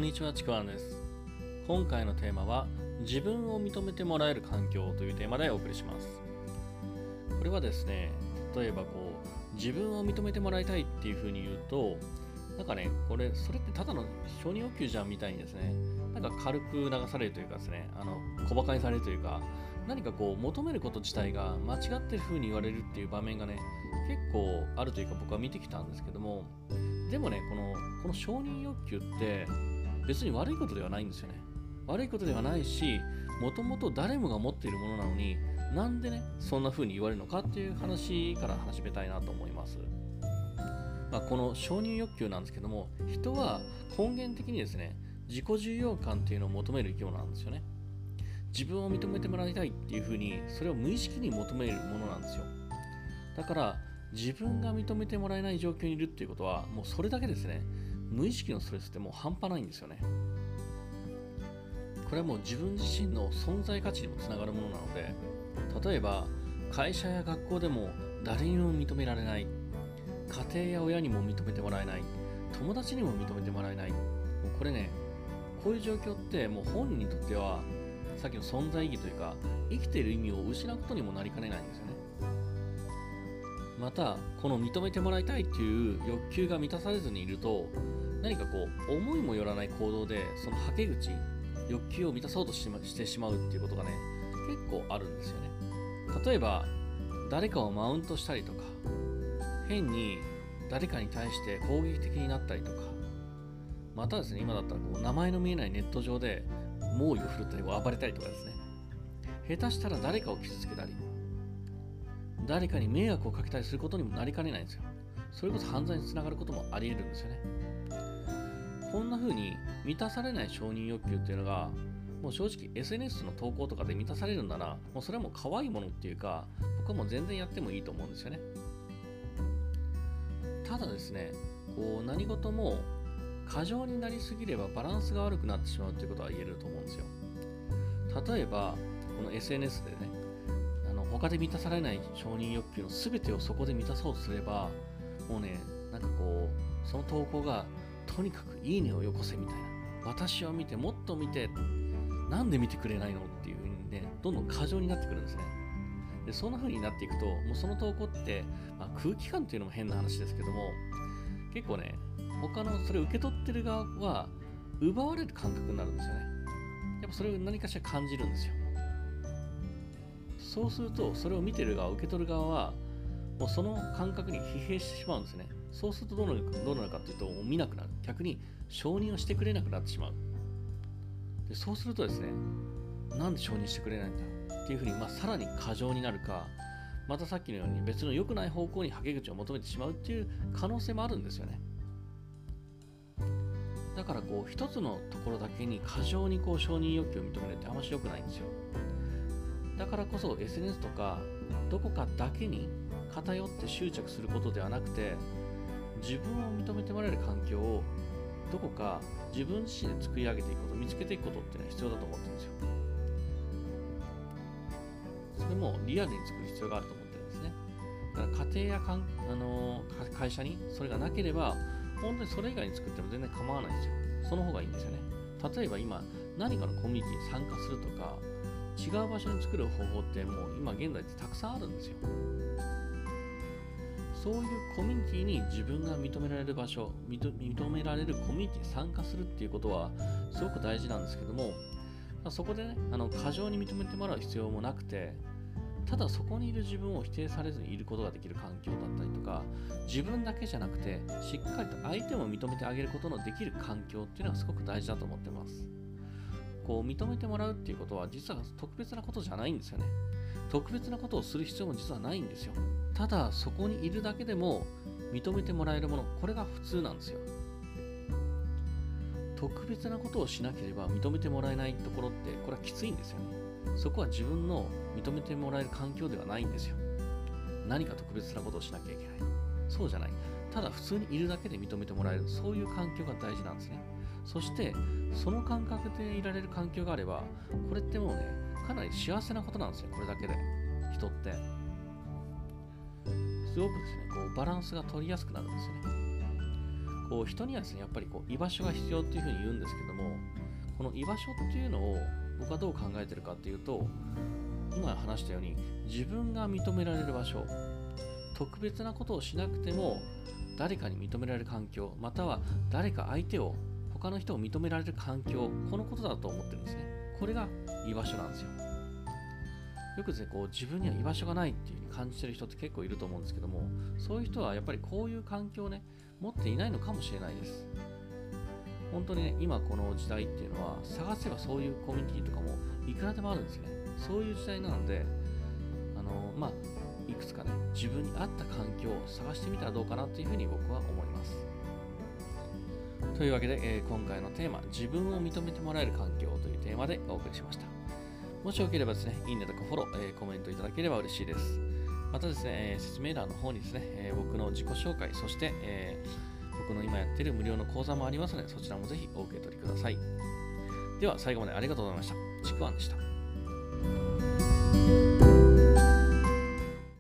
んにちは、ちくわんです。今回のテーマは、自分を認めてもらえる環境というテーマでお送りします。これはですね、例えば自分を認めてもらいたいっていう風に言うと、それってただの承認欲求じゃんみたいにですね、軽く流されるというかですね、小馬鹿にされるというか、求めること自体が間違ってる風に言われるっていう場面がね、結構あるというか僕は見てきたんですけども、でもね、この承認欲求って別に悪いことではないんですよね。悪いことではないし、もともと誰もが持っているものなのに、なんでね、そんな風に言われるのかっていう話から始めたいなと思います。この承認欲求なんですけども、人は根源的にですね、自己重要感っていうのを求める生き物なんですよね。自分を認めてもらいたいっていう風に、それを無意識に求めるものなんですよ。だから自分が認めてもらえない状況にいるっていうことは、もうそれだけですね、無意識のストレスってもう半端ないんですよね。これはもう自分自身の存在価値にもつながるものなので、例えば会社や学校でも誰にも認められない、家庭や親にも認めてもらえない、友達にも認めてもらえない、もうこれね、こういう状況ってもう本人にとってはさっきの存在意義というか、生きている意味を失うことにもなりかねないんですよね。またこの認めてもらいたいっていう欲求が満たされずにいると、思いもよらない行動でそのはけ口、欲求を満たそうとしてしまうっていうことがね、結構あるんですよね。例えば誰かをマウントしたりとか、変に誰かに対して攻撃的になったりとか、またですね、今だったら名前の見えないネット上で猛威を振るったり暴れたりとかですね、下手したら誰かを傷つけたり、誰かに迷惑をかけたりすることにもなりかねないんですよ。それこそ犯罪につながることもあり得るんですよね。こんな風に満たされない承認欲求っていうのが、もう正直 SNS の投稿とかで満たされるんなら、もうそれはもう可愛いものっていうか、僕はもう全然やってもいいと思うんですよね。ただですね、何事も過剰になりすぎればバランスが悪くなってしまうということは言えると思うんですよ。例えばこの SNS でね、他で満たされない承認欲求の全てをそこで満たそうとすれば、もうね、その投稿がとにかくいいねをよこせみたいな、私を見て、もっと見て、なんで見てくれないのっていう風にね、どんどん過剰になってくるんですね。でそんな風になっていくと、もうその投稿って、空気感っていうのも変な話ですけども、結構ね、他のそれを受け取ってる側は奪われる感覚になるんですよね。やっぱそれを何かしら感じるんですよ。そうすると、それを見てる側、受け取る側はもうその感覚に疲弊してしまうんですね。そうするとどうなるかというと、もう見なくなる。逆に承認をしてくれなくなってしまう。でそうするとですね、なんで承認してくれないんだっていうふうに、さらに過剰になるか、またさっきのように別の良くない方向にはけ口を求めてしまうっていう可能性もあるんですよね。だから一つのところだけに過剰に承認欲求を認めるってあんまし良くないんですよ。だからこそ SNS とかどこかだけに偏って執着することではなくて、自分を認めてもらえる環境をどこか自分自身で作り上げていくこと、見つけていくことっていうのは必要だと思ってるんですよ。それもリアルに作る必要があると思ってるんですね。だから家庭や会社にそれがなければ、本当にそれ以外に作っても全然構わないんですよ。その方がいいんですよね。例えば今何かのコミュニティに参加するとか、違う場所に作る方法ってもう今現在ってたくさんあるんですよ。そういうコミュニティに自分が認められる場所、認められるコミュニティに参加するっていうことはすごく大事なんですけども、そこでね、過剰に認めてもらう必要もなくて、ただそこにいる自分を否定されずにいることができる環境だったりとか、自分だけじゃなくてしっかりと相手も認めてあげることのできる環境っていうのはすごく大事だと思ってます。認めてもらうっていうことは実は特別なことじゃないんですよね。特別なことをする必要も実はないんですよ。ただそこにいるだけでも認めてもらえるもの、これが普通なんですよ。特別なことをしなければ認めてもらえないところって、これはきついんですよね。そこは自分の認めてもらえる環境ではないんですよ。何か特別なことをしなきゃいけない、そうじゃない。ただ普通にいるだけで認めてもらえる、そういう環境が大事なんですね。そしてその感覚でいられる環境があれば、これってもうね、かなり幸せなことなんですよ。これだけで人ってすごくですね、バランスが取りやすくなるんですよね。 こう人にはですね、やっぱりこう居場所が必要っていうふうに言うんですけども、この居場所っていうのを僕はどう考えてるかっていうと、今話したように自分が認められる場所、特別なことをしなくても誰かに認められる環境、または誰か相手を、他の人を認められる環境、このことだと思ってるんですね。これが居場所なんですよ。よくですね、こう自分には居場所がないっていう風に感じてる人って結構いると思うんですけども、そういう人はやっぱりこういう環境をね、持っていないのかもしれないです。本当にね、今この時代っていうのは、探せばそういうコミュニティとかもいくらでもあるんですよね。そういう時代なので、いくつかね、自分に合った環境を探してみたらどうかなというふうに僕は思います。というわけで、今回のテーマ、自分を認めてもらえる環境というテーマでお送りしました。もしよければですね、いいねとかフォロー、コメントいただければ嬉しいです。またですね、説明欄の方にですね、僕の自己紹介、そして、僕の今やっている無料の講座もありますので、そちらもぜひお受け取りください。では、最後までありがとうございました。ちくわんでした。